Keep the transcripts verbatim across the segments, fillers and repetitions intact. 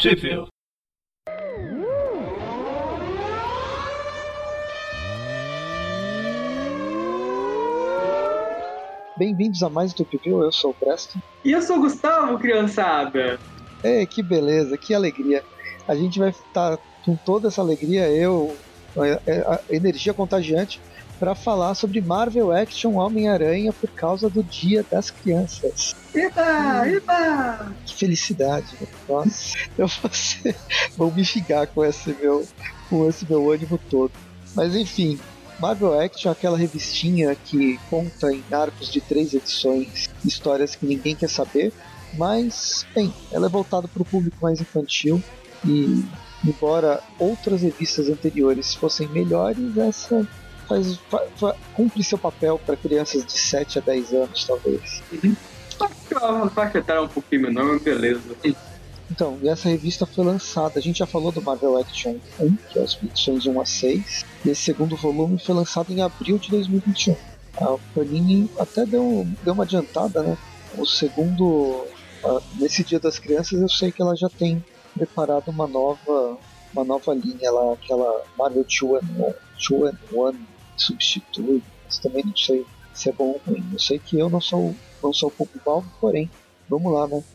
Trivia. Bem-vindos a mais um Top View, eu sou o Presto. E eu sou o Gustavo, criançada! É, que beleza, que alegria. A gente vai estar com toda essa alegria, eu, a, a energia contagiante, para falar sobre Marvel Action Homem-Aranha por causa do Dia das Crianças. Eba, hum, eba! Que felicidade, né? Nossa, eu vou, ser, vou me ficar com esse, meu, com esse meu ânimo todo. Mas enfim, Marvel Action é aquela revistinha que conta em arcos de três edições histórias que ninguém quer saber, mas, bem, ela é voltada para o público mais infantil e, embora outras revistas anteriores fossem melhores, essa faz, faz, cumpre seu papel para crianças de sete a dez anos, talvez. Uhum. A faixa etária é um pouquinho menor, mas beleza. Então, e essa revista foi lançada, a gente já falou do Marvel Action um, que é as edições de um a seis, e esse segundo volume foi lançado em abril de dois mil e vinte e um. A Panini até deu, deu uma adiantada, né? O segundo, uh, nesse Dia das Crianças, eu sei que ela já tem preparado uma nova, uma nova linha lá, aquela Marvel dois em um, que substitui, mas também não sei se é bom ou ruim. Eu sei que eu não sou, não sou público-alvo, porém, vamos lá, né?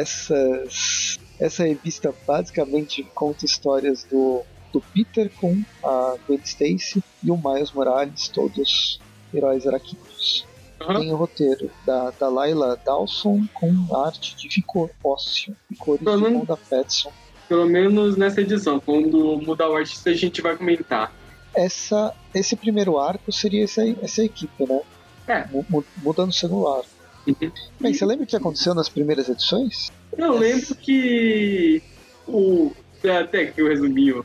Essas, essa revista basicamente conta histórias do, do Peter com a Gwen Stacy e o Miles Morales, todos heróis aracnídeos. Uhum. Tem o roteiro da, da Laila Dawson com arte de Vico Ócio e cores de Wanda Petson. Pelo menos nessa edição, quando mudar o artista a gente vai comentar. Essa, esse primeiro arco seria essa, essa equipe, né? É. Mudando o segundo arco. Uhum. Bem, você lembra o que aconteceu nas primeiras edições? Eu lembro que o até que eu resumi,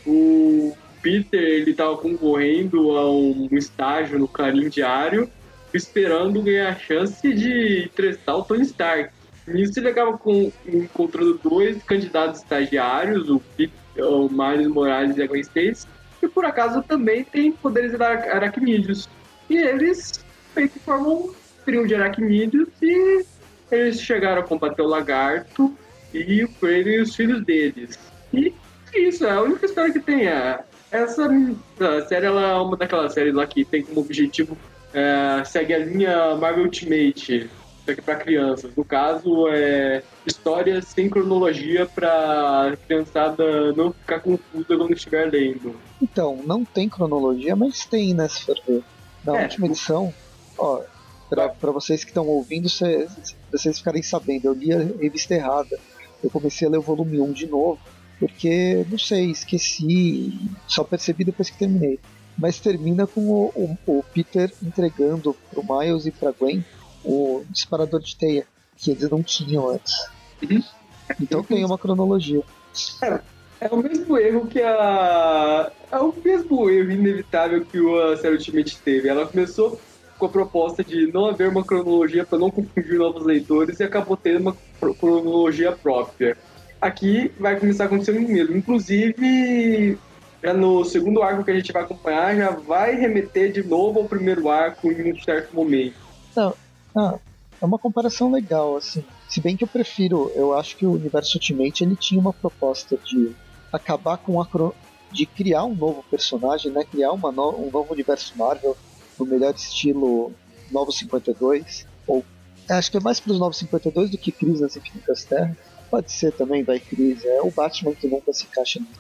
o Peter ele tava concorrendo a um estágio no Clarim Diário, esperando ganhar a chance de entrevistar o Tony Stark. Nisso ele acaba com, encontrando dois candidatos estagiários, o, Peter, o Miles Morales e a Gwen Stacy, que por acaso também tem poderes aracnídeos. E eles meio que formam um trio de aracnídeos e eles chegaram a combater o lagarto e o coelho e os filhos deles. E isso, é a única história que tem. É, essa a série ela é uma daquelas séries lá que tem como objetivo é, segue a linha Marvel Ultimate, só que para crianças. No caso, é histórias sem cronologia para criançada não ficar confusa quando estiver lendo. Então, não tem cronologia, mas tem, né, se for ver. Na é, última edição, ó, para vocês que estão ouvindo, cê, vocês ficarem sabendo, eu li a revista errada. Eu comecei a ler o volume um de novo, porque, não sei, esqueci, só percebi depois que terminei. Mas termina com o, o, o Peter entregando pro Miles e pra Gwen o disparador de teia, que eles não tinham antes. Uhum. Então tem uma cronologia. É, é o mesmo erro que a... É o mesmo erro inevitável que a série Ultimate teve. Ela começou com a proposta de não haver uma cronologia para não confundir novos leitores e acabou tendo uma cronologia própria. Aqui vai começar a acontecer o mesmo. Inclusive, já no segundo arco que a gente vai acompanhar, já vai remeter de novo ao primeiro arco em um certo momento. Não, não, é uma comparação legal, assim. Se bem que eu prefiro, eu acho que o universo Ultimate ele tinha uma proposta de acabar com a de criar um novo personagem, né? Criar uma no, um novo universo Marvel no melhor estilo Novos cinquenta e dois, ou acho que é mais para os Novos cinquenta e dois do que Crise nas Infinitas Terras. Pode ser também, vai Crise, é o Batman que nunca se encaixa nisso.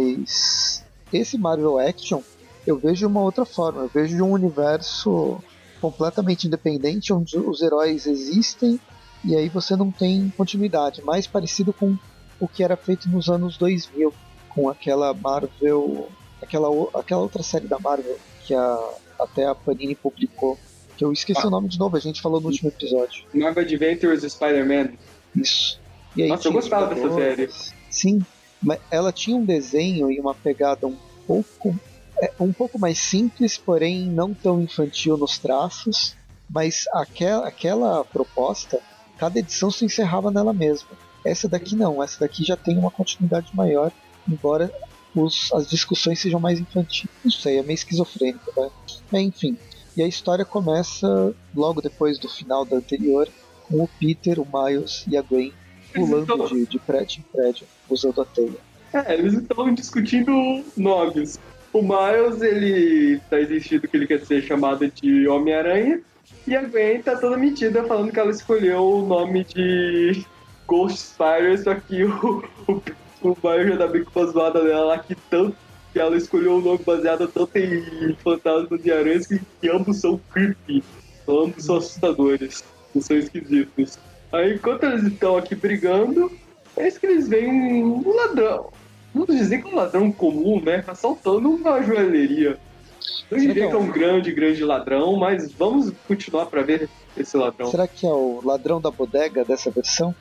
Mas esse Marvel Action eu vejo de uma outra forma, eu vejo de um universo completamente independente, onde os heróis existem e aí você não tem continuidade, mais parecido com o que era feito nos anos dois mil, com aquela Marvel, aquela, aquela outra série da Marvel que a até a Panini publicou, que eu esqueci ah. o nome de novo, a gente falou no último episódio. Marvel Adventures Spider-Man. Isso. E aí Nossa, eu gostava dessa série. Sim, mas ela tinha um desenho e uma pegada um pouco, é, um pouco mais simples, porém não tão infantil nos traços, mas aquela, aquela proposta, cada edição se encerrava nela mesma. Essa daqui não, essa daqui já tem uma continuidade maior, embora Os, as discussões sejam mais infantis. Não sei, é meio esquizofrênico, né? Mas, enfim. E a história começa logo depois do final da anterior, com o Peter, o Miles e a Gwen pulando estão... de, de prédio em prédio, usando a teia. É, eles estão discutindo nomes. O Miles, ele tá existindo que ele quer ser chamado de Homem-Aranha, e a Gwen tá toda metida falando que ela escolheu o nome de Ghost Spider, só que o, o, o Miles já tá bem com uma zoada dela lá, que tanto que ela escolheu o nome baseado tanto em fantasmas de aranhas que, que ambos são creepy, ambos são assustadores, não são esquisitos. Aí, enquanto eles estão aqui brigando, é isso que eles veem um ladrão. Vamos dizer que é um ladrão comum, né? Assaltando uma joalheria. Eu diria que é um grande, grande ladrão, mas vamos continuar para ver esse ladrão. Será que é o ladrão da bodega dessa versão?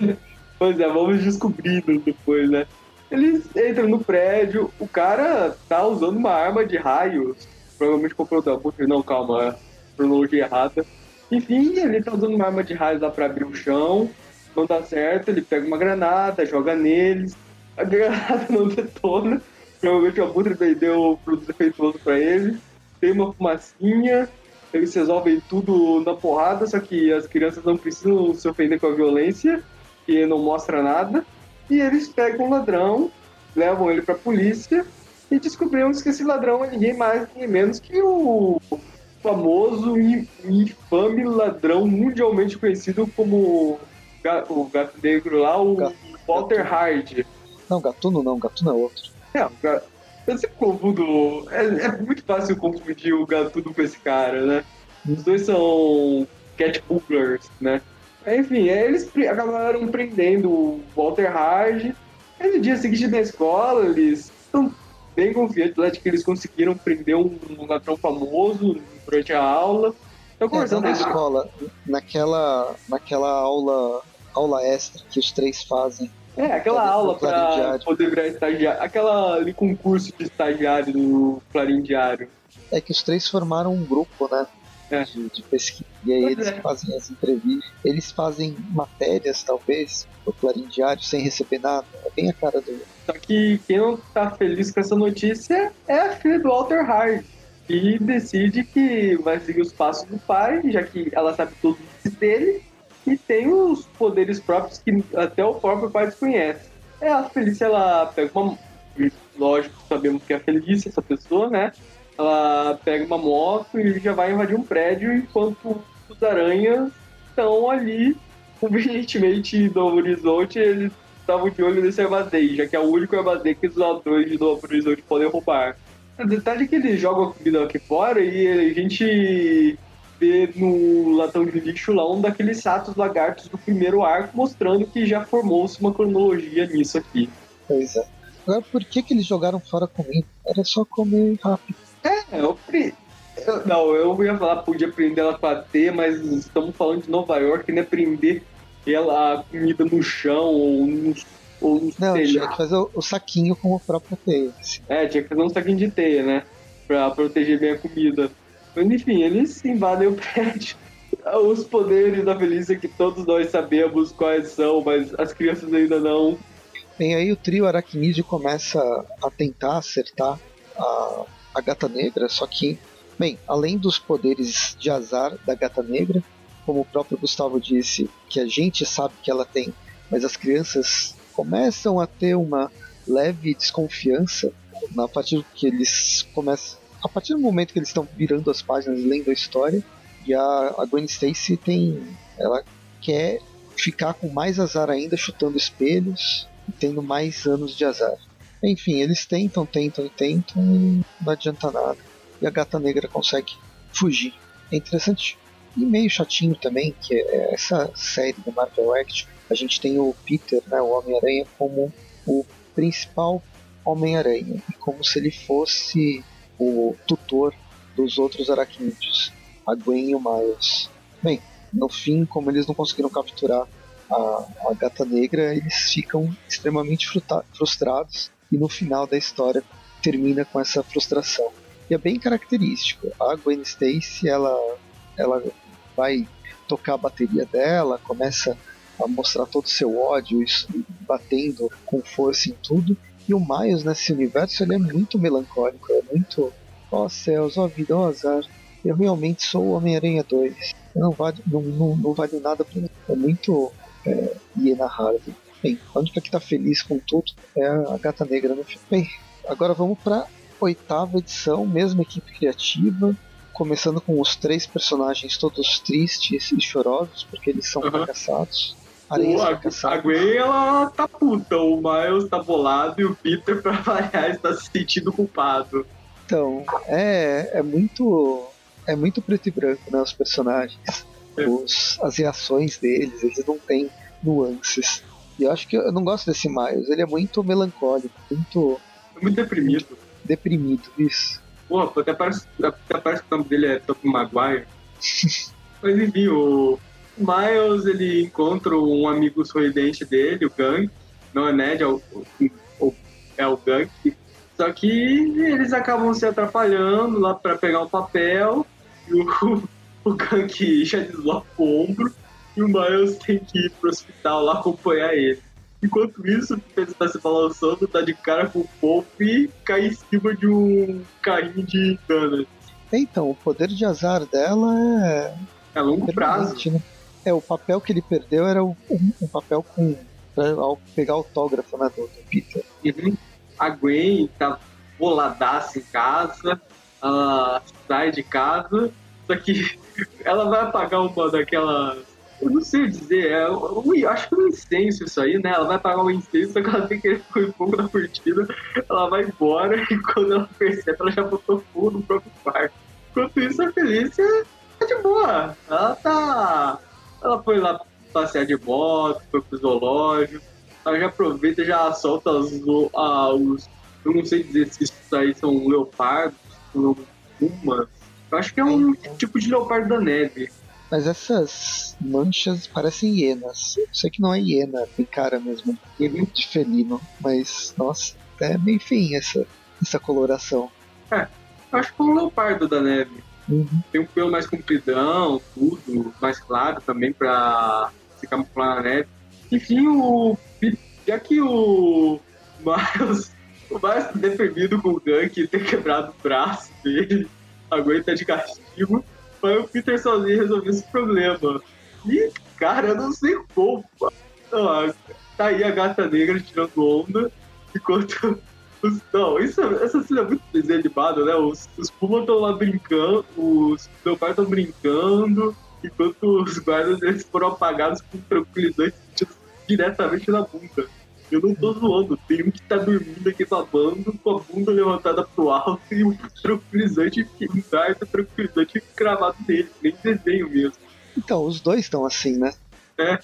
Pois é, vamos descobrindo depois, né? Eles entram no prédio, o cara tá usando uma arma de raios. Provavelmente comprou da Abutre, não, calma, cronologia errada. Enfim, ele tá usando uma arma de raios lá pra abrir o chão. Não dá certo, ele pega uma granada, joga neles. A granada não detona. Provavelmente o Abutre vendeu o produto defeituoso pra ele. Tem uma fumacinha. Eles resolvem tudo na porrada, só que as crianças não precisam se ofender com a violência, que não mostra nada. E eles pegam o ladrão, levam ele pra polícia e descobrimos que esse ladrão é ninguém mais, ninguém menos que o famoso e infame ladrão mundialmente conhecido como o Gato Negro lá, o Gato, Walter Gatuno. Hyde. Não, Gatuno não, Gatuno é outro. É, o Gato... eu sempre confundo. É, é muito fácil confundir o Gatuno com esse cara, né? Os dois são cat burglars, né? Enfim, eles acabaram prendendo o Walter Hyde. E no dia seguinte na escola, eles estão bem confiantes lá de que eles conseguiram prender um, um ladrão famoso durante a aula. Estão conversando é, na escola, naquela, naquela aula, aula extra que os três fazem. É, aquela aula para poder virar estagiário. Aquela ali concurso de estagiário do Clarim Diário. É que os três formaram um grupo, né? É. De, de pesquisa. E aí pois eles é. fazem as entrevistas. Eles fazem matérias, talvez, pro Clarim Diário, sem receber nada. É bem a cara do... Só que quem não tá feliz com essa notícia é a filha do Walter Hyde. E decide que vai seguir os passos do pai, já que ela sabe tudo dele. E tem os poderes próprios que até o próprio pai desconhece. É, a Felícia, ela pega uma... Lógico, sabemos que é a Felícia, essa pessoa, né? Ela pega uma moto e já vai invadir um prédio, enquanto os aranhas estão ali, convenientemente, no horizonte. Eles estavam de olho nesse armazém, já que é o único armazém que os ladrões de Novo Horizonte podem roubar. O detalhe é que eles jogam a comida aqui fora e a gente... vê no latão de lixo lá um daqueles satos lagartos do primeiro arco, mostrando que já formou-se uma cronologia nisso aqui. Pois é. Agora, por que, que eles jogaram fora comida? Era só comer rápido. É, eu, eu não, eu ia falar, podia prender ela com a T, mas estamos falando de Nova York, né? Prender ela, a comida no chão ou no, ou no Não, telhado. Tinha que fazer o, o saquinho com o próprio teia. Assim. É, tinha que fazer um saquinho de teia, né? Pra proteger bem a comida. Mas enfim, eles invadem o prédio. Os poderes da Felícia que todos nós sabemos quais são, mas as crianças ainda não. Bem, aí o trio aracnídeo começa a tentar acertar a, a Gata Negra, só que, bem, além dos poderes de azar da Gata Negra, como o próprio Gustavo disse, que a gente sabe que ela tem, mas as crianças começam a ter uma leve desconfiança a partir que eles começam a partir do momento que eles estão virando as páginas, lendo a história, e a, a Gwen Stacy tem, ela quer ficar com mais azar ainda, chutando espelhos e tendo mais anos de azar. Enfim, eles tentam, tentam e tentam e não adianta nada. E a Gata Negra consegue fugir. É interessante e meio chatinho também que é essa série da Marvel Action, a gente tem o Peter, né, o Homem-Aranha, como o principal Homem-Aranha, e como se ele fosse o tutor dos outros aracnídeos, a Gwen e o Miles. Bem, no fim, como eles não conseguiram capturar a, a Gata Negra, eles ficam extremamente fruta- frustrados e no final da história termina com essa frustração. E é bem característico. A Gwen Stacy, ela, ela vai tocar a bateria dela, começa a mostrar todo o seu ódio, isso, batendo com força em tudo. E o Miles, nesse universo, ele é muito melancólico, é muito... Ó oh, céus, ó oh, vida, ó oh, azar. Eu realmente sou o Homem-Aranha dois. Eu não valho, não, não, não valho nada pra mim. É muito, é, Iena Harvey. Bem, a única que tá feliz com tudo é a Gata Negra no filme. Bem, agora vamos pra oitava edição, mesma equipe criativa, começando com os três personagens todos tristes e chorosos, porque eles são uhum. fracassados. Pô, a, a Gwen, ela tá puta, o Miles tá bolado e o Peter, pra variar, está se sentindo culpado. Então, é, é muito é muito preto e branco, né, os personagens. É. Os, as reações deles, eles não têm nuances. E eu acho que eu não gosto desse Miles, ele é muito melancólico, muito... É muito deprimido. Muito deprimido, isso. Pô, até parece, até parece que o nome dele é Tobey Maguire. Mas enfim, o Miles, ele encontra um amigo sorridente dele, o Gank. Não é Ned, é o, o, é o Gank. Só que eles acabam se atrapalhando lá pra pegar um papel. E o, o Gank já desloca o ombro. E o Miles tem que ir pro hospital lá acompanhar ele. Enquanto isso, o Peter está se balançando, tá de cara com o Pope e cai em cima de um carrinho de donuts. Então, o poder de azar dela é... É a longo prazo. Né? É, o papel que ele perdeu era um, um papel com... Pra, ao pegar autógrafo, né, do, do Peter. Uhum. A Gwen tá boladaça em casa, ela sai de casa, só que ela vai apagar uma daquelas... Eu não sei dizer, é, eu acho que é um incêncio isso aí, né? Ela vai apagar um incêncio, só que ela tem que pôr fogo na cortina, ela vai embora e quando ela percebe, ela já botou fogo no próprio quarto. Enquanto isso, a Felícia tá de boa. Ela tá... Ela foi lá passear de moto, foi pro zoológico, ela já aproveita e já solta os, ah, os... Eu não sei dizer se isso aí são leopardos, ou pumas. Eu acho que é um tipo de leopardo da neve. Mas essas manchas parecem hienas. Eu sei que não é hiena, tem cara mesmo de felino. Mas, nossa, é meio feinha essa, essa coloração. É, eu acho que é um leopardo da neve. Uhum. Tem um pelo mais compridão, tudo, mais claro também pra se camuflar na neve. Enfim, o, já que o Miles, o Miles tá deprimido com o Gank ter quebrado o braço dele, aguenta de castigo. Foi o Peter sozinho resolver esse problema. E, cara, eu não sei como. Não, tá aí a Gata Negra tirando onda, enquanto... Os, não, isso, essa cena é muito desenho animado, né? Os, os Pumas estão lá brincando, os leopardos estão brincando, enquanto os guardas eles foram apagados com tranquilizantes diretamente na bunda. Eu não tô zoando, tem um que tá dormindo aqui babando, com a bunda levantada pro alto e um tranquilizante, um dardo tranquilizante cravado nele, nem desenho mesmo. Então, os dois estão assim, né? É,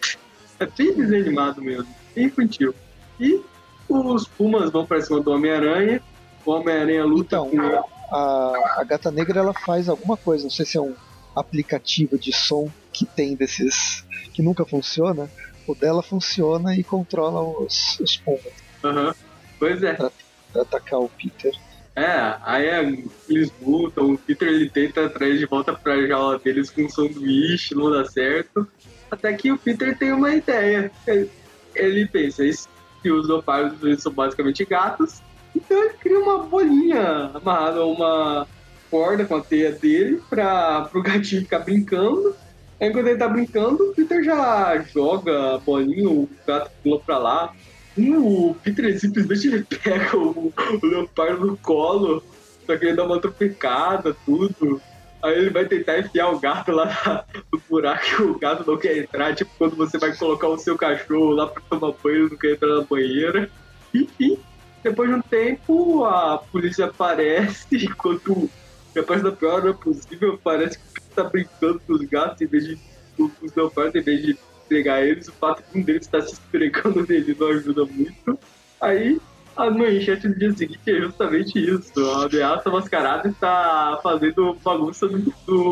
é bem desenho animado mesmo, bem infantil. E os Pumas vão pra cima do Homem-Aranha, o Homem-Aranha luta então, com... A, a Gata Negra, ela faz alguma coisa, não sei se é um aplicativo de som que tem desses, que nunca funciona. O dela funciona e controla os, os Pumas. Aham, uhum. Pois é. Pra, pra atacar o Peter. É, aí é, eles lutam, o Peter ele tenta trazer de volta pra jaula deles com um sanduíche, não dá certo. Até que o Peter tem uma ideia. Ele, ele pensa que os leopardos eles são basicamente gatos, então ele cria uma bolinha amarrada a uma corda com a teia dele pra, pro gatinho ficar brincando. Aí quando ele tá brincando, o Peter já joga a bolinha, o gato pula pra lá. O Peter ele simplesmente ele pega o, o leopardo no colo, só que ele dá uma tropicada, tudo. Aí ele vai tentar enfiar o gato lá no buraco e o gato não quer entrar. Tipo quando você vai colocar o seu cachorro lá pra tomar banho, não quer entrar na banheira. Enfim, depois de um tempo, a polícia aparece enquanto... Depois da pior hora possível, parece que o Peter tá brincando com os gatos em vez de... os leopardos, em vez de pegar eles. O fato de um deles estar se esfregando nele não ajuda muito. Aí, a manchete no dia seguinte é justamente isso. A ameaça mascarada está fazendo bagunça no,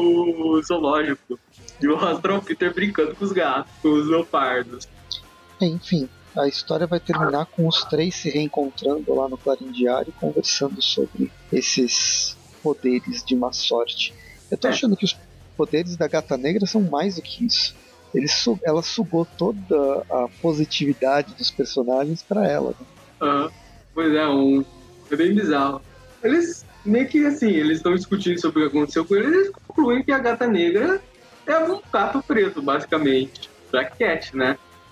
no zoológico. E mostra o Peter brincando com os gatos, com os leopardos. Enfim, a história vai terminar com os três se reencontrando lá no Clarim Diário, conversando sobre esses poderes de má sorte. Eu tô é. achando que os poderes da Gata Negra são mais do que isso. Ele su- ela sugou toda a positividade dos personagens pra ela. Né? Uhum. Pois é, um... é bem bizarro. Eles meio que assim, eles estão discutindo sobre o que aconteceu com eles, eles concluem que a Gata Negra é um gato preto, basicamente, pra Cat, né?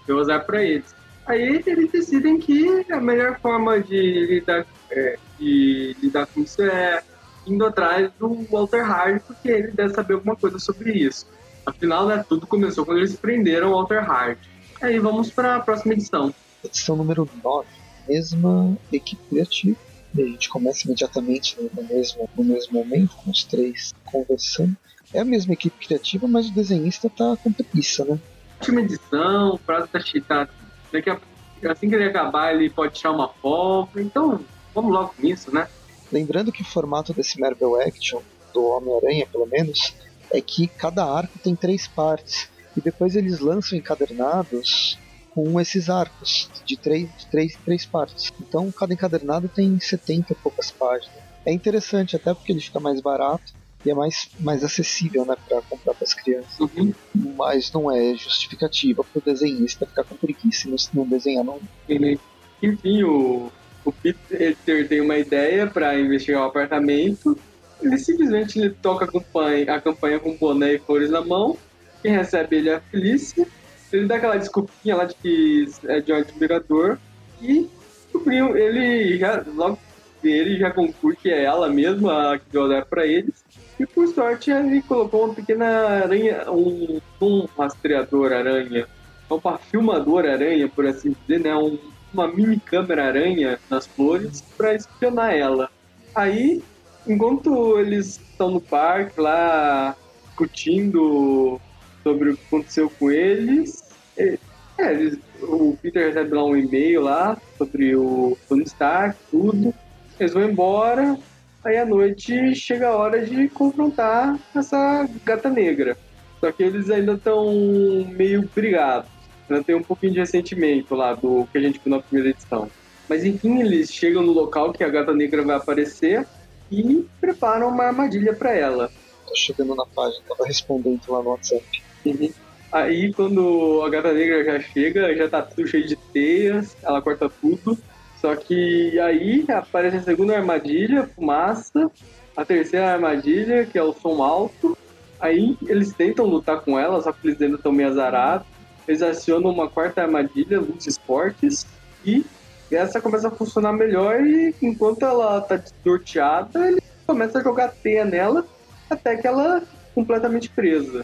deu azar pra eles. Aí eles decidem que a melhor forma de lidar, é, de lidar com isso é indo atrás do Walter Hard, porque ele deve saber alguma coisa sobre isso. Afinal, né, tudo começou quando eles prenderam o Walter Hard. Aí vamos para a próxima edição. Edição número nove, mesma equipe criativa. E a gente começa imediatamente no mesmo, no mesmo momento, com os três conversando. É a mesma equipe criativa, mas o desenhista tá com preguiça, né? Última edição, o prazo tá cheatado. Daqui a, assim que ele acabar, ele pode tirar uma folga. Então, vamos logo com isso, né? Lembrando que o formato desse Marvel Action, do Homem-Aranha pelo menos, é que cada arco tem três partes. E depois eles lançam encadernados com esses arcos de três, de três, três partes. Então cada encadernado tem setenta e poucas páginas. É interessante até porque ele fica mais barato e é mais, mais acessível, né, para comprar para as crianças. Uhum. Mas não é justificativa para o desenhista ficar com preguiça e não desenhar não. Uhum. Enfim, o, o Peter tem uma ideia para investigar o apartamento. Ele simplesmente ele toca a campanha, a campanha com boné e flores na mão. Quem recebe ele é a Felícia. Ele dá aquela desculpinha lá de que é de um admirador. E descobriu, ele já, logo ele já conclui que é ela mesma a que deu olhar pra eles. E por sorte ele colocou uma pequena aranha, um, um rastreador aranha, uma filmador aranha, por assim dizer, né? Um, uma mini câmera aranha nas flores para espionar ela. Aí, enquanto eles estão no parque lá discutindo sobre o que aconteceu com eles, é, eles o Peter recebe lá um e-mail lá sobre o Tony Stark, tudo. Eles vão embora. Aí à noite chega a hora de confrontar essa gata negra. Só que eles ainda estão meio brigados. Ainda tem um pouquinho de ressentimento lá do que a gente viu na primeira edição. Mas enfim, eles chegam no local que a gata negra vai aparecer e preparam uma armadilha para ela. Tô chegando na página, tava respondendo lá no WhatsApp. Uhum. Aí quando a gata negra já chega, já tá tudo cheio de teias, ela corta tudo. Só que aí aparece a segunda armadilha, fumaça. A terceira armadilha, que é o som alto. Aí eles tentam lutar com ela, só que eles ainda estão meio azarados. Eles acionam uma quarta armadilha, luzes fortes. E essa começa a funcionar melhor e enquanto ela tá desnorteada, ele começa a jogar teia nela até que ela é completamente presa.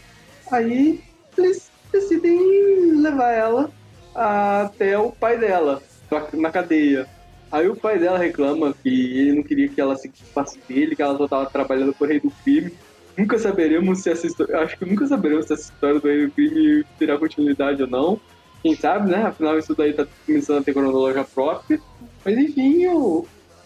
Aí eles decidem levar ela até o pai dela, na cadeia. Aí o pai dela reclama que ele não queria que ela se ocupasse dele, que ela só estava trabalhando por Rei do Crime. Nunca saberemos se essa história... Acho que nunca saberemos se essa história do Rei do Crime terá continuidade ou não. Quem sabe, né? Afinal, isso daí tá começando a ter cronologia própria. Mas enfim, o...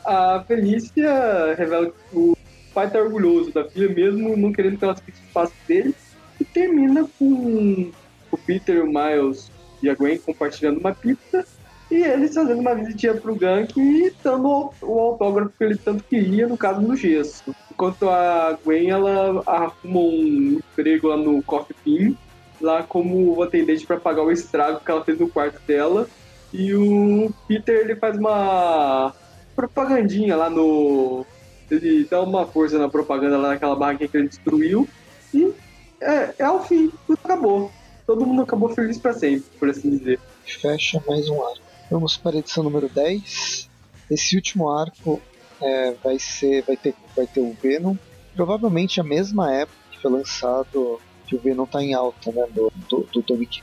a Felícia revela que o pai tá orgulhoso da filha, mesmo não querendo que ela se ocupasse dele. E termina com o Peter, o Miles e a Gwen compartilhando uma pizza. E eles fazendo uma visitinha pro Gank e dando o autógrafo que ele tanto queria, no caso, no gesso. Enquanto a Gwen, ela arruma um emprego lá no Coffee Bean, lá como atendente para pagar o estrago que ela fez no quarto dela. E o Peter, ele faz uma propagandinha lá no... Ele dá uma força na propaganda lá naquela barraquinha que ele destruiu. E é, é o fim, tudo acabou. Todo mundo acabou feliz para sempre, por assim dizer. Fecha mais um arco. Vamos para a edição número dez. Esse último arco é, vai, ser, vai, ter, vai ter o Venom. Provavelmente a mesma época que foi lançado, que o Venom tá em alta, né? Do, do, do Dominic.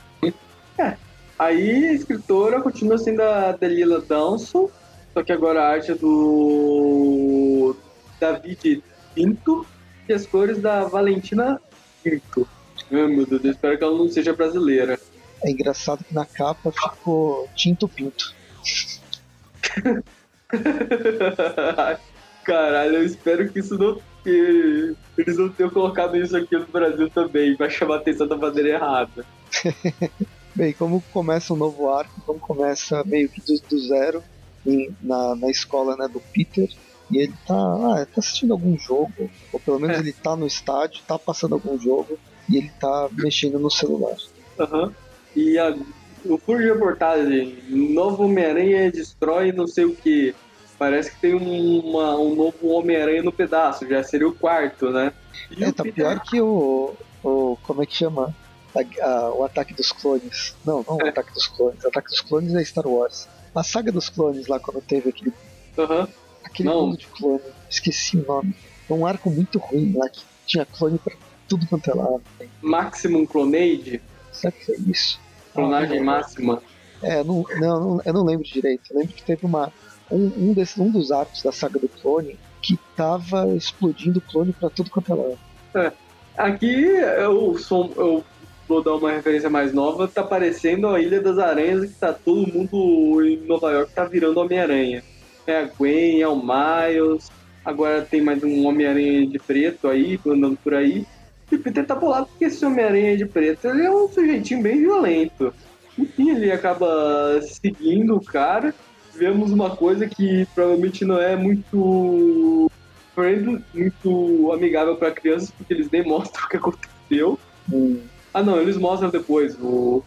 É. Aí a escritora continua sendo a Delilah Dawson, só que agora a arte é do David Pinto e as cores da Valentina Pinto. Ai, meu Deus, eu espero que ela não seja brasileira. É engraçado que na capa ficou Tinto Pinto. Caralho, eu espero que isso não... Que eles não tenham colocado isso aqui no Brasil também, vai chamar a atenção da maneira errada. Bem, como começa um novo arco, então começa meio que do, do zero em, na, na escola, né, do Peter. E ele tá, ah, tá assistindo algum jogo, ou pelo menos é. ele tá no estádio, tá passando algum jogo, e ele tá mexendo no celular. Aham. Uhum. E a, o furo de reportagem, novo Homem-Aranha destrói não sei o que. Parece que tem uma, um novo Homem-Aranha no pedaço, já seria o quarto, né? E é, tá Peter... pior que o, o... como é que chama? A- a- o Ataque dos Clones. Não, não o É. Ataque dos Clones. O Ataque dos Clones é Star Wars. A saga dos clones lá, quando teve aquele, Aham. aquele Não. mundo de clone. Esqueci o nome. É um arco muito ruim lá, que tinha clone pra tudo quanto é lado. Maximum Clonade, Será que foi isso? clonagem Ah, máxima. É, não, não, não- eu não lembro direito. Eu lembro que teve uma, um, um, desses, um dos arcos da saga do clone que tava explodindo clone pra tudo quanto é lado. Aqui eu, sou, eu vou dar uma referência mais nova, tá parecendo a Ilha das Aranhas, que tá todo mundo em Nova York tá virando Homem-Aranha. É a Gwen, é o Miles, agora tem mais um Homem-Aranha de preto aí, andando por aí. E o Peter tá bolado porque esse Homem-Aranha de preto, ele é um sujeitinho bem violento. Enfim, ele acaba seguindo o cara. Vemos uma coisa que provavelmente não é muito friendly, muito amigável para crianças, porque eles nem mostram o que aconteceu. Hum, Ah, não, eles mostram depois. O,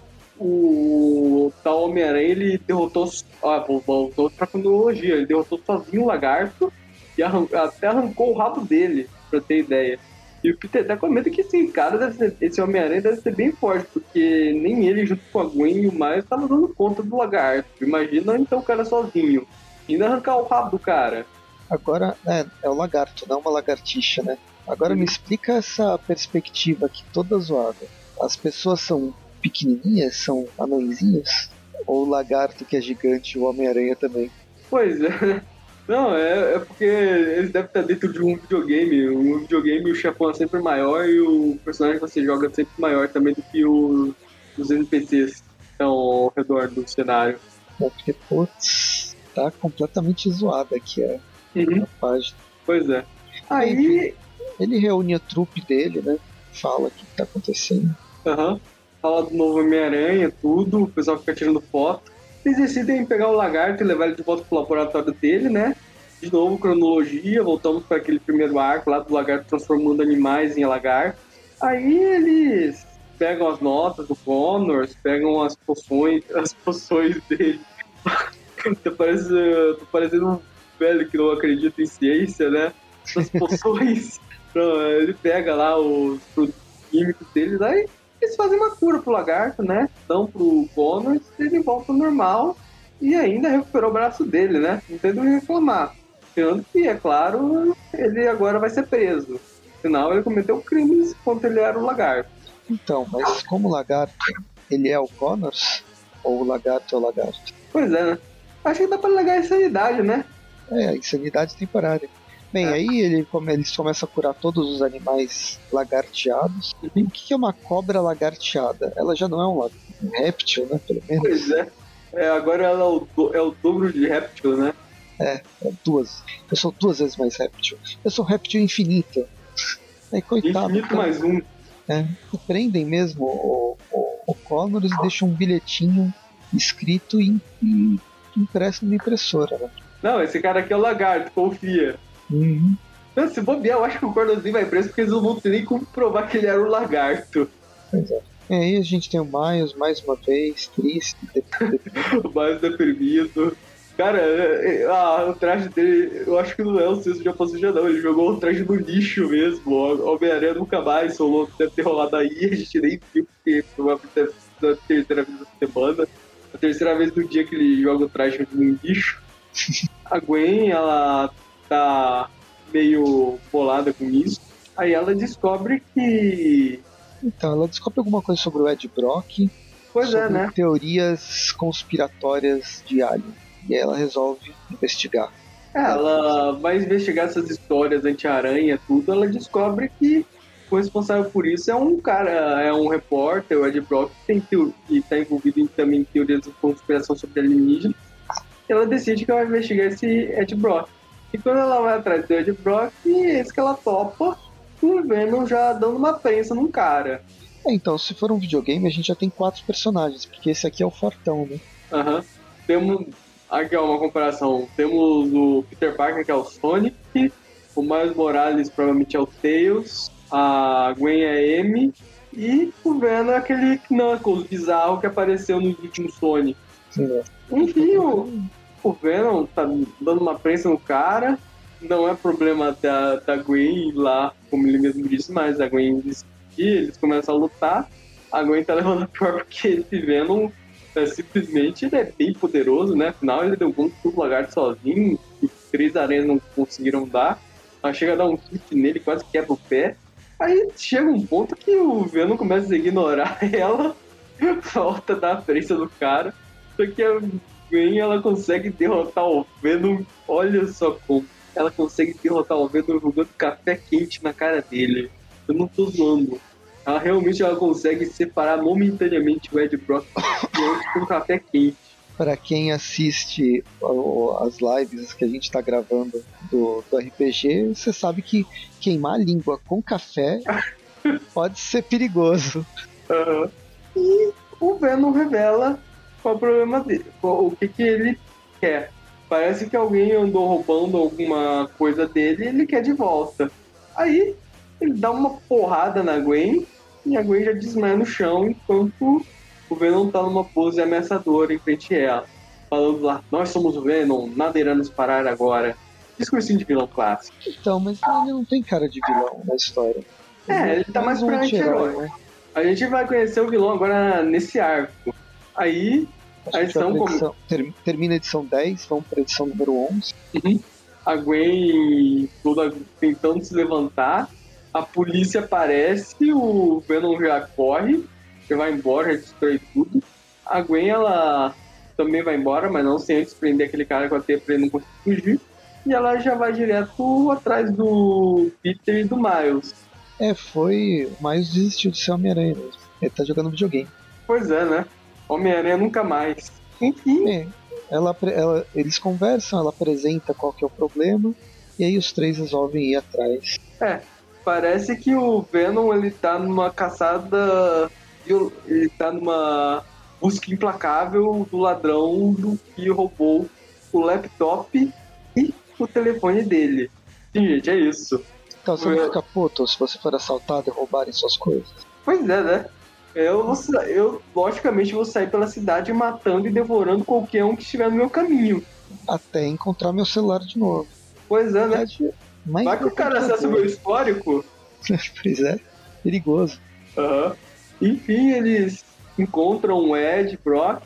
o tal Homem-Aranha, ele derrotou. Ah, voltou pra cronologia. Ele derrotou sozinho o lagarto e arran- até arrancou o rabo dele, pra ter ideia. E o Peter até comenta que esse cara, deve ser- esse Homem-Aranha deve ser bem forte, porque nem ele, junto com a Gwen e o Miles, tava dando conta do lagarto. Imagina então o cara sozinho. E ainda arrancar o rabo do cara. Agora, é, é o lagarto, não uma lagartixa, né? Agora me explica essa perspectiva aqui toda zoada. As pessoas são pequenininhas, são anõezinhos? Ou o lagarto que é gigante e o Homem-Aranha também? Pois é. Não, é, é porque eles devem estar dentro de um videogame. Um videogame o chefão é sempre maior e o personagem que você joga é sempre maior também do que o- os N P Cs que estão ao redor do cenário. É porque, putz, tá completamente zoada aqui a, Uhum. a página. Pois é. Aí, Ele reúne a trupe dele, né? Fala o que tá acontecendo. aham, fala do novo Homem-Aranha, tudo, o pessoal fica tirando foto. Eles decidem pegar o lagarto e levar ele de volta pro laboratório dele, né? De novo, cronologia, voltamos para aquele primeiro arco lá do lagarto transformando animais em lagarto. Aí eles pegam as notas do Connors, pegam as poções, as poções dele. tá, parecendo, tá parecendo um velho que não acredita em ciência, né? As poções. Então, ele pega lá os produtos químicos deles, aí eles fazem uma cura pro lagarto, né? Dão pro Connors, ele volta ao normal e ainda recuperou o braço dele, né? Não tem do que reclamar. Tirando que, é claro, ele agora vai ser preso. Afinal, ele cometeu crimes enquanto ele era o lagarto. Então, mas como o lagarto, ele é o Connors? Ou o lagarto é o lagarto? Pois é, né? Acho que dá pra alegar essa idade, né? É, insanidade temporária. Bem, É. aí ele come, eles começam a curar todos os animais lagarteados. Uhum. O que que é uma cobra lagarteada? Ela já não é um, lag- um réptil, né? Pelo menos. Pois é. É, agora ela é o, do- é o dobro de réptil, né? É duas. Eu sou duas vezes mais réptil. Eu sou réptil infinito. Aí, coitado. Infinito cara, mais um. é, prendem mesmo o, o, o Connors e deixam um bilhetinho escrito e, e impresso numa impressora, né? Não, esse cara aqui é o lagarto, confia. Uhum. Não, se bobear, eu acho que o Cordozinho vai preso porque eles não vão ter nem como provar que ele era o lagarto. Pois é. E aí a gente tem o Miles mais uma vez, triste, deprimido. O mais deprimido. Cara, é- é- ah, o traje dele, eu acho que não é o senso de aposentadoria, não. Ele jogou o traje no lixo mesmo. O Homem-Aranha nunca mais rolou, deve ter rolado aí, a gente nem viu, porque provavelmente deve ser a terceira vez da semana. A terceira vez do dia que ele joga o traje no lixo. A Gwen, ela tá meio bolada com isso. Aí ela descobre que. Então, ela descobre alguma coisa sobre o Ed Brock, Pois sobre é, né? teorias conspiratórias de Alien. E aí ela resolve investigar. Ela vai investigar essas histórias anti-aranha, tudo. Ela descobre que o responsável por isso é um cara, é um repórter, o Ed Brock, que tem teo- que está envolvido em também teorias de conspiração sobre alienígenas. Ela decide que ela vai investigar esse Ed Brock. E quando ela vai atrás do Ed Brock, eis que ela topa o Venom já dando uma prensa num cara. É, então, se for um videogame, a gente já tem quatro personagens, porque esse aqui é o fortão, né? Aham. Temos. Aqui é uma comparação. Temos o Peter Parker, que é o Sonic. O Miles Morales provavelmente é o Tails. A Gwen é a Amy. E o Venom é aquele Knuckles bizarro que apareceu no último Sonic. Sim, né? Enfim, o, o Venom tá dando uma prensa no cara. Não é problema da, da Gwen ir lá, como ele mesmo disse, mas a Gwen disse que eles começam a lutar. A Gwen tá levando a pior porque esse Venom é, simplesmente ele é bem poderoso, né? Afinal, ele deu conta do lagarto sozinho e três aranhas não conseguiram dar. Ela chega a dar um chute nele, quase quebra o pé. Aí chega um ponto que o Venom começa a ignorar ela, volta da frente do cara. Só que a Gwen, ela consegue derrotar o Venom, olha só como. Ela consegue derrotar o Venom jogando café quente na cara dele. Eu não tô zoando. Ela realmente ela consegue separar momentaneamente o Ed Brock com um café quente. Para quem assiste as lives que a gente está gravando do, do R P G, você sabe que queimar a língua com café pode ser perigoso. Uhum. E o Venom revela qual é o problema dele, o que, que ele quer. Parece que alguém andou roubando alguma coisa dele e ele quer de volta. Aí ele dá uma porrada na Gwen e a Gwen já desmaia no chão enquanto o Venom tá numa pose ameaçadora em frente a ela, falando lá, nós somos o Venom, nada irá nos parar agora. Discursinho de vilão clássico. Então, mas ele não tem cara de vilão na história. Ele é, ele tá mais, mais pra anti-herói. Né? A gente vai conhecer o vilão agora nesse arco. Aí, a, a edição... Edição, como... Termina a edição dez, vamos pra edição número onze. Uhum. A Gwen toda tentando se levantar, a polícia aparece, o Venom já corre, já vai embora, já destrói tudo. A Gwen, ela também vai embora, mas não sem antes prender aquele cara com a teia pra ele não conseguir fugir. E ela já vai direto atrás do Peter e do Miles. É, foi... O Miles desistiu de ser Homem-Aranha mesmo. Ele tá jogando videogame. Pois é, né? Homem-Aranha nunca mais. Enfim. É, ela, ela, eles conversam, ela apresenta qual que é o problema, e aí os três resolvem ir atrás. É, parece que o Venom, ele tá numa caçada... Ele tá numa busca implacável do ladrão do que roubou o laptop e o telefone dele. Sim, gente, é isso. Então você não fica puto se você for assaltado e roubarem suas coisas? Pois é, né? Eu, vou, eu, logicamente, vou sair pela cidade matando e devorando qualquer um que estiver no meu caminho. Até encontrar meu celular de novo. Pois é, né? Mas vai que o cara acessa o meu histórico. Pois é, perigoso. Uhum. Enfim, eles encontram o Ed Brock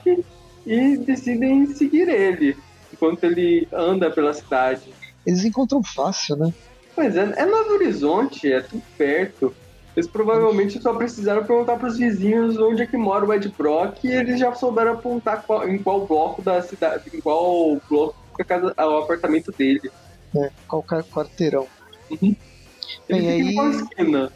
e decidem seguir ele, enquanto ele anda pela cidade. Eles encontram fácil, né? Pois é, é Novo Horizonte, é tudo perto. Eles provavelmente só precisaram perguntar para os vizinhos onde é que mora o Ed Brock e eles já souberam apontar qual, em qual bloco da cidade, em qual bloco fica a casa, o apartamento dele. É, qualquer quarteirão. Uhum. Bem, aí... em qual esquina?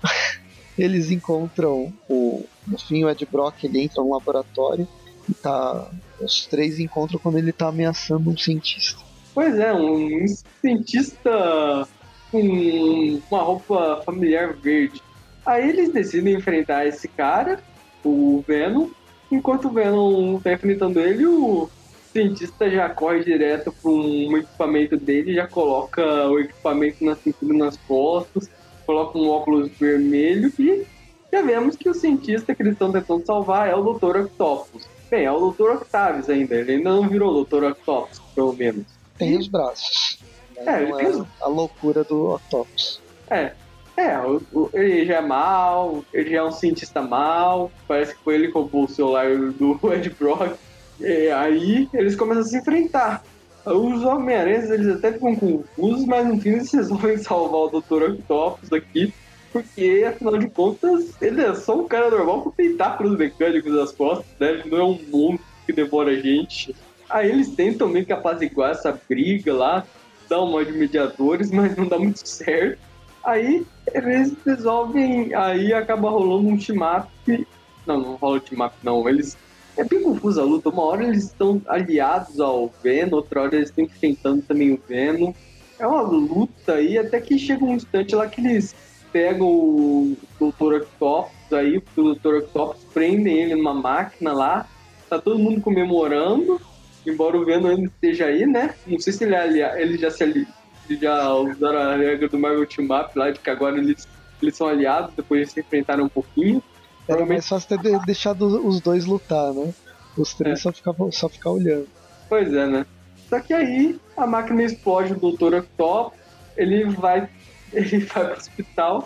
Eles encontram o... No fim, o Ed Brock, ele entra no laboratório e tá... Os três encontram quando ele tá ameaçando um cientista. Pois é, um cientista com uma roupa familiar verde. Aí eles decidem enfrentar esse cara, o Venom. Enquanto o Venom tá enfrentando ele, o cientista já corre direto para um equipamento dele, já coloca o equipamento na cintura e nas costas, coloca um óculos vermelho e já vemos que o cientista que eles estão tentando salvar é o doutor Octopus. Bem, é o doutor Octavius ainda, ele ainda não virou o doutor Octopus, pelo menos. Tem e... os braços. É, ele não tem é os... a loucura do Octopus. É, é o, o, ele já é mal, ele já é um cientista mal, parece que foi ele que roubou o celular do Ed Brock. E aí eles começam a se enfrentar. Os Homem-Aranhas, eles até ficam confusos, mas no fim eles resolvem salvar o doutor Octopus aqui, porque afinal de contas ele é só um cara normal com tentáculos mecânicos nas costas, né? Ele não é um monstro que devora a gente. Aí eles tentam meio que apaziguar essa briga lá, dar uma de mediadores, mas não dá muito certo. Aí eles resolvem, aí acaba rolando um team-up. Não, não rola team-up não, eles... É bem confusa a luta, uma hora eles estão aliados ao Venom, outra hora eles estão enfrentando também o Venom. É uma luta aí, até que chega um instante lá que eles pegam o doutor Octopus aí, o doutor Octopus prendem ele numa máquina lá, tá todo mundo comemorando, embora o Venom ainda esteja aí, né? Não sei se ele, alia... ele já se ali... ele já usaram a regra do Marvel Team Up lá, de que agora eles, eles são aliados, depois de se enfrentaram um pouquinho. Era mais fácil ter deixado os dois lutar, né? Os três é. só ficavam só ficar olhando. Pois é, né? Só que aí a máquina explode o doutor Octopus, ele vai, ele vai pro hospital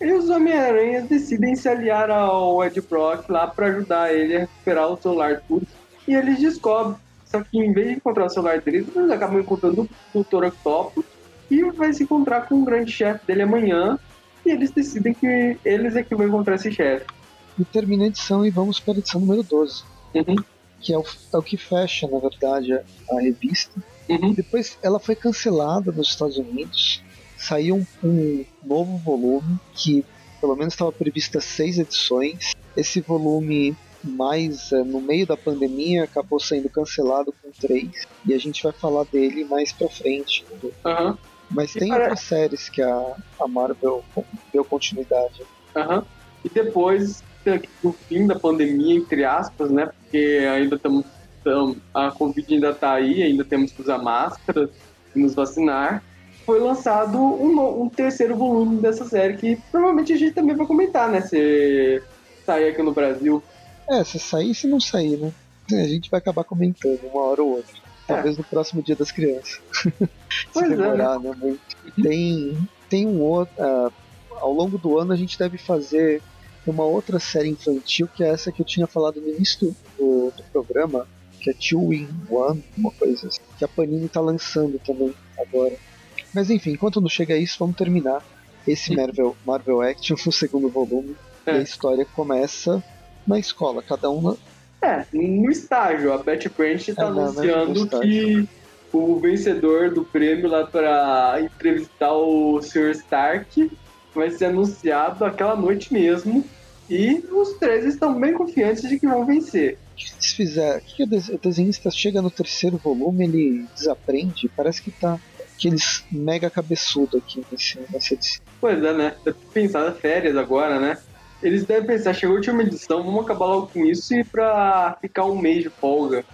E os Homem-Aranhas decidem se aliar ao Ed Brock lá pra ajudar ele a recuperar o celular tudo. E eles descobrem, só que em vez de encontrar o celular deles, eles acabam encontrando o doutor Octopus e vai se encontrar com o grande chefe dele amanhã. E eles decidem que eles é que vão encontrar esse chefe. E termina a edição e vamos para a edição número doze. Uhum. Que é o, é o que fecha, na verdade, a, a revista. Uhum. Depois ela foi cancelada nos Estados Unidos. Saiu um, um novo volume que pelo menos estava prevista seis edições. Esse volume, mais é, no meio da pandemia, acabou sendo cancelado com três. E a gente vai falar dele mais pra frente. Uhum. Mas e tem para... outras séries que a, a Marvel deu continuidade. Uhum. E depois, no fim da pandemia, entre aspas, né? Porque ainda estamos. A Covid ainda está aí, ainda temos que usar máscara e nos vacinar. Foi lançado um, um terceiro volume dessa série que provavelmente a gente também vai comentar, né? Se sair aqui no Brasil. É, se sair, se não sair, né? A gente vai acabar comentando uma hora ou outra. Talvez é. no próximo Dia das Crianças. Pois se demorar, é, né? né? Muito. Tem, tem um outro... Uh, ao longo do ano a gente deve fazer uma outra série infantil, que é essa que eu tinha falado no início do, do programa, que é Two in One, uma coisa assim, que a Panini tá lançando também agora. Mas enfim, enquanto não chega a isso, vamos terminar esse Marvel, Marvel Action, o segundo volume, é. E a história começa na escola, cada um na... É, no estágio, a Betty Brant tá é, anunciando que o vencedor do prêmio lá para entrevistar o senhor Stark vai ser anunciado aquela noite mesmo, e os três estão bem confiantes de que vão vencer. O que eles fizeram? O que o desenhista chega no terceiro volume, ele desaprende, parece que tá aqueles mega cabeçudo aqui nesse, nessa edição. Pois é, né? Deve pensar nas férias agora, né? Eles devem pensar, chegou a última edição, vamos acabar logo com isso e pra ficar um mês de folga.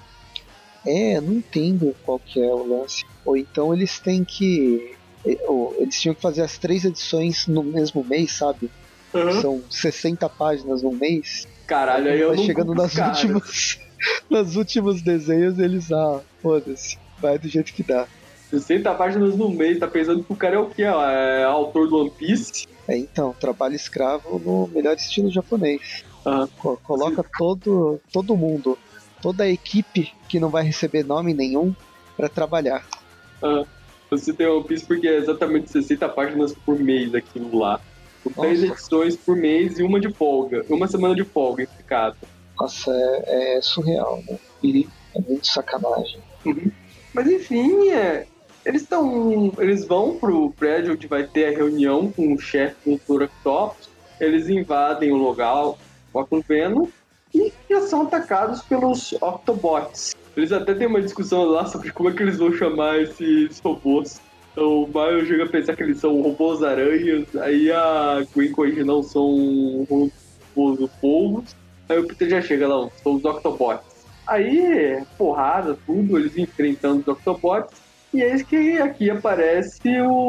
É, não entendo qual que é o lance. Ou então eles têm que... Ou eles tinham que fazer as três edições no mesmo mês, sabe? Uhum. São sessenta páginas no mês. Caralho, aí eu não chegando nas últimas, nas últimos desenhos, eles, ah, foda-se, vai do jeito que dá. sessenta páginas no mês, tá pensando que o cara é o quê? É autor do One Piece? É, então, trabalho escravo no melhor estilo japonês. Uhum. Coloca todo, todo mundo, toda a equipe que não vai receber nome nenhum pra trabalhar. Uhum. Você tem One Piece porque é exatamente sessenta páginas por mês aquilo lá. Com três edições por mês e uma de folga. Uma semana de folga, explicado. Nossa, é, é surreal, né? Uhum. É muito sacanagem. Uhum. Mas enfim, é, eles estão. Eles vão pro prédio onde vai ter a reunião com o chefe do doutor Octopus. Eles invadem o local, colocam Venom e já são atacados pelos Octobots. Eles até têm uma discussão lá sobre como é que eles vão chamar esses robôs. Então, o Miles chega a pensar que eles são robôs aranhas, aí a Gwen corrige, não, são robôs polvos. Aí o Peter já chega, não, são os Octobots. Aí, porrada, tudo, eles enfrentando os Octobots. E eis que aqui aparece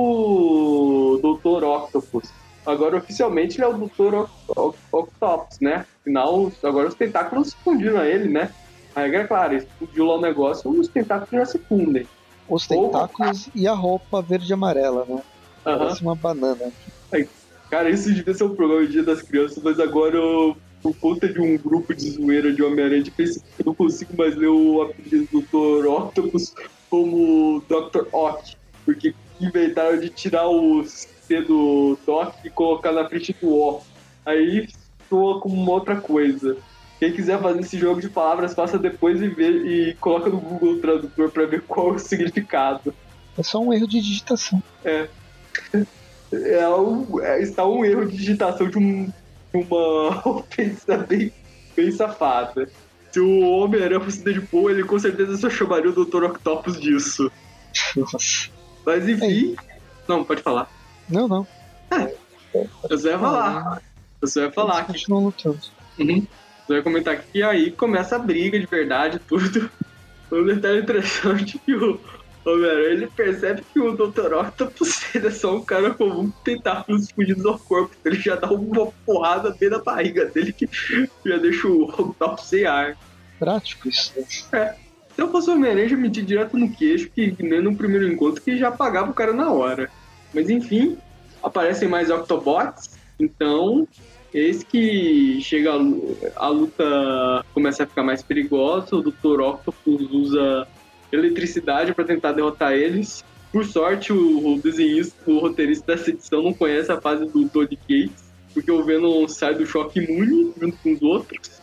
o doutor Octopus. Agora, oficialmente, ele é o doutor Octopus, né? Afinal, agora os tentáculos se fundiram a ele, né? A regra é clara, explodiu lá o negócio, os tentáculos já se fundem. Os tentáculos Ou... e a roupa verde e amarela, né? Uhum. Parece uma banana. Ai, cara, isso devia ser um programa de Dia das Crianças, mas agora, eu, por conta de um grupo de zoeira de Homem-Aranha, eu não consigo mais ler o apelido do doutor Octopus como doutor Ock, porque inventaram de tirar o C do Doc e colocar na frente do O. Aí soa como uma outra coisa. Quem quiser fazer esse jogo de palavras, faça depois e, vê, e coloca no Google Tradutor pra ver qual é o significado. É só um erro de digitação. É. é, um, é está um erro de digitação de um, uma ofensa bem, bem safada. Se o Homem-Aranha fosse Deadpool, ele com certeza só chamaria o doutor Octopus disso. Nossa. Mas enfim... É. Não, pode falar. Não, não. É. Eu só ia falar. Eu só ia falar. Eles continuam lutando. Uhum. Eu ia comentar que aí começa a briga de verdade, tudo. Um detalhe interessante que o Homem-Aranha, ele percebe que o doutor Octopus é só um cara comum que tentáculos fugidos ao corpo. Ele já dá uma porrada bem na barriga dele que já deixa o Octopus sem ar. Prático isso, né? É. Se eu fosse o Homem-Aranha, já meti direto no queixo, que nem no primeiro encontro, que já apagava o cara na hora. Mas enfim, aparecem mais Octobots. Então, eis que chega a, a luta começa a ficar mais perigosa, o doutor Octopus usa eletricidade para tentar derrotar eles. Por sorte, o, o desenhista, o roteirista dessa edição não conhece a fase do Todd Cates, porque o Venom sai do choque imune junto com os outros.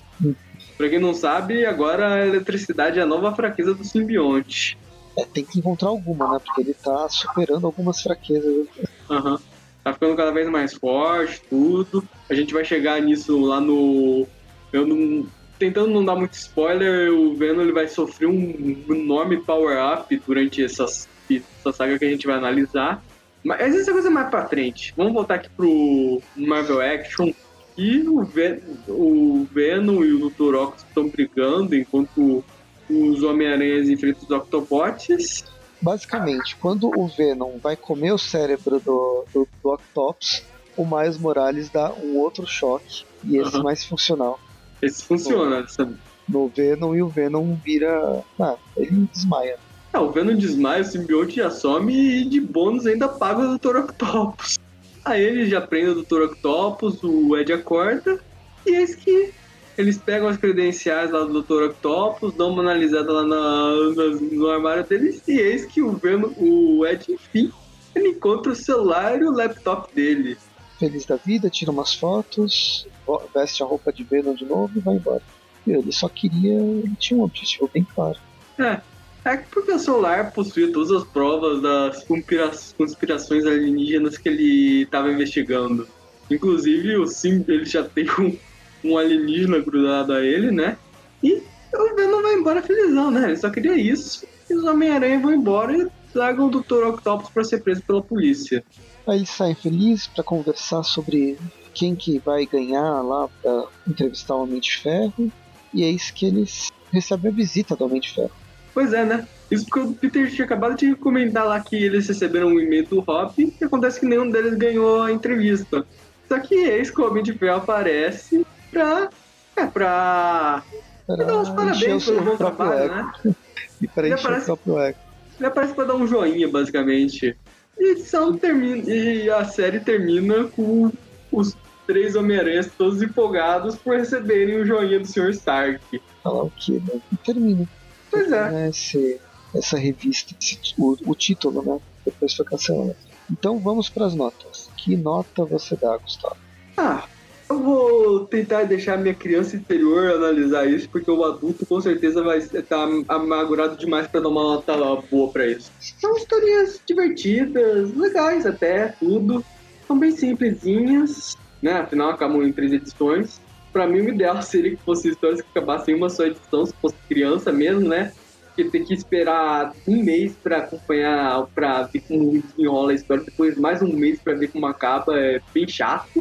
Pra quem não sabe, agora a eletricidade é a nova fraqueza do simbionte. É, tem que encontrar alguma, né? Porque ele tá superando algumas fraquezas. Aham. Uhum. Tá ficando cada vez mais forte, tudo. A gente vai chegar nisso lá no... Eu não... Tentando não dar muito spoiler, o Venom ele vai sofrer um enorme power-up durante essas, essa saga que a gente vai analisar. Mas essa é coisa mais pra frente. Vamos voltar aqui pro Marvel Action. E o, Ven- o Venom e o doutor Octopus estão brigando enquanto os Homem-Aranhas enfrentam os Octobots. Basicamente, quando o Venom vai comer o cérebro do, do, do Octopus, o Miles Morales dá um outro choque, e esse Uhum. mais funcional. Esse funciona, sabe? No Venom, e o Venom vira... Ah, ele desmaia. Ah, o Venom desmaia, o simbionte já some e de bônus ainda paga o doutor Octopus. Aí ele já prende o doutor Octopus, o Ed acorda, e eis que eles pegam as credenciais lá do doutor Octopus, dão uma analisada lá na, na, no armário deles, e eis que o, Venom, o Ed, enfim, ele encontra o celular e o laptop dele. Feliz da vida, tira umas fotos, veste a roupa de Venom de novo e vai embora. E ele só queria... Ele tinha um objetivo bem claro. É, é porque o celular possuía todas as provas das conspira- conspirações alienígenas que ele estava investigando. Inclusive, o Sim, ele já tem um, um alienígena grudado a ele, né? E o Venom vai embora felizão, né? Ele só queria isso. E os Homem-Aranha vão embora e tragam o doutor Octopus para ser preso pela polícia. Aí eles saem felizes para conversar sobre quem que vai ganhar lá para entrevistar o Homem de Ferro. E é isso que eles recebem a visita do Homem de Ferro. Pois é, né? Isso porque o Peter tinha acabado de comentar lá que eles receberam um e-mail do Hop e acontece que nenhum deles ganhou a entrevista. Só que eis que o Homem de Ferro aparece pra... É, pra... pra dar uns parabéns pelo bom trabalho, né? E para encher aparece... o próprio ego. Ele aparece pra dar um joinha, basicamente. E a edição termina... E a série termina com os três Homem-Aranhas todos empolgados por receberem o joinha do senhor Stark. Falar o quê, né? E termina. Pois é. Esse, essa revista, esse, o, o título, né? Depois foi cancelado. Então vamos para as notas. Que nota você dá, Gustavo? Ah, eu vou tentar deixar minha criança interior analisar isso, porque o adulto com certeza vai estar amargurado demais para dar uma nota boa para isso. São historinhas divertidas, legais até, tudo. São bem simplesinhas, né? Afinal acabam em três edições. Pra mim, o ideal seria que fossem histórias que acabassem em uma só edição, se fosse criança mesmo, né? Porque ter que esperar um mês pra acompanhar, pra ver como desenrola a história, depois mais um mês pra ver como acaba, é bem chato.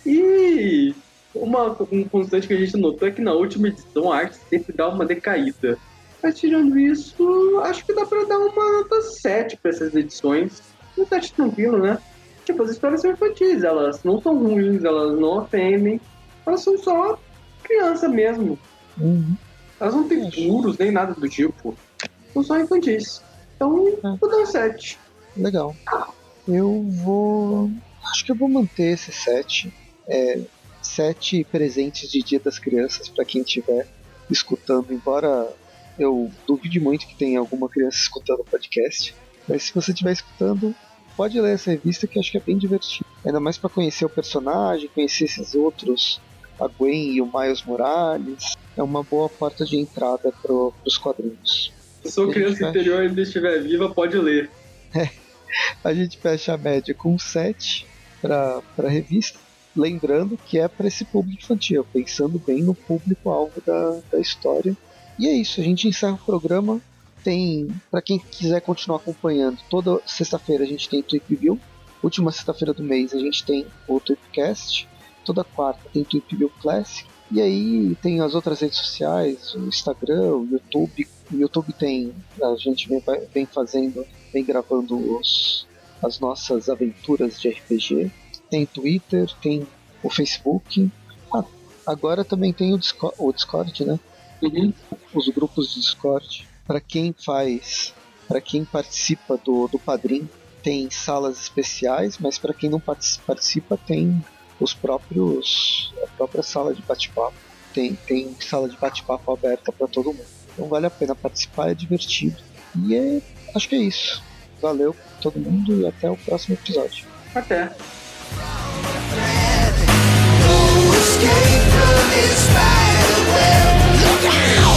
E uma um constante que a gente notou é que na última edição a arte sempre dá uma decaída. Mas tirando isso, acho que dá pra dar uma nota sete pra essas edições. Um sete tranquilo, né? Tipo, as histórias são infantis, elas não são ruins, elas não ofendem. Elas são só criança mesmo. Uhum. Elas não têm furos nem nada do tipo. São só infantis. Então, é. Vou dar um sete. Legal. Eu vou... Acho que eu vou manter esse sete. É, sete presentes de Dia das Crianças para quem estiver escutando. Embora eu duvide muito que tenha alguma criança escutando o podcast. Mas se você estiver escutando, pode ler essa revista que acho que é bem divertido. Ainda mais para conhecer o personagem, conhecer esses outros... a Gwen e o Miles Morales, é uma boa porta de entrada para os quadrinhos. Se sua criança fecha... interior ainda estiver viva, pode ler. É, a gente fecha a média com sete para a revista, lembrando que é para esse público infantil, pensando bem no público-alvo da, da história. E é isso, a gente encerra o programa. Tem, para quem quiser continuar acompanhando, toda sexta-feira a gente tem Tweep View, última sexta-feira do mês a gente tem o Tweepcast. Toda quarta tem Tweep View Classic. E aí tem as outras redes sociais, o Instagram, o YouTube. O YouTube tem, a gente vem, vem fazendo, vem gravando os, as nossas aventuras de R P G. Tem Twitter, tem o Facebook. Ah, agora também tem o Discord, o Discord, né? Uhum. Os grupos de Discord. Para quem faz, para quem participa do, do Padrim, tem salas especiais, mas para quem não participa tem os próprios a própria sala de bate-papo. Tem, tem sala de bate-papo aberta para todo mundo. Então vale a pena participar, é divertido. E é, acho que é isso. Valeu todo mundo e até o próximo episódio. Até. Escape from this spider web. Look out!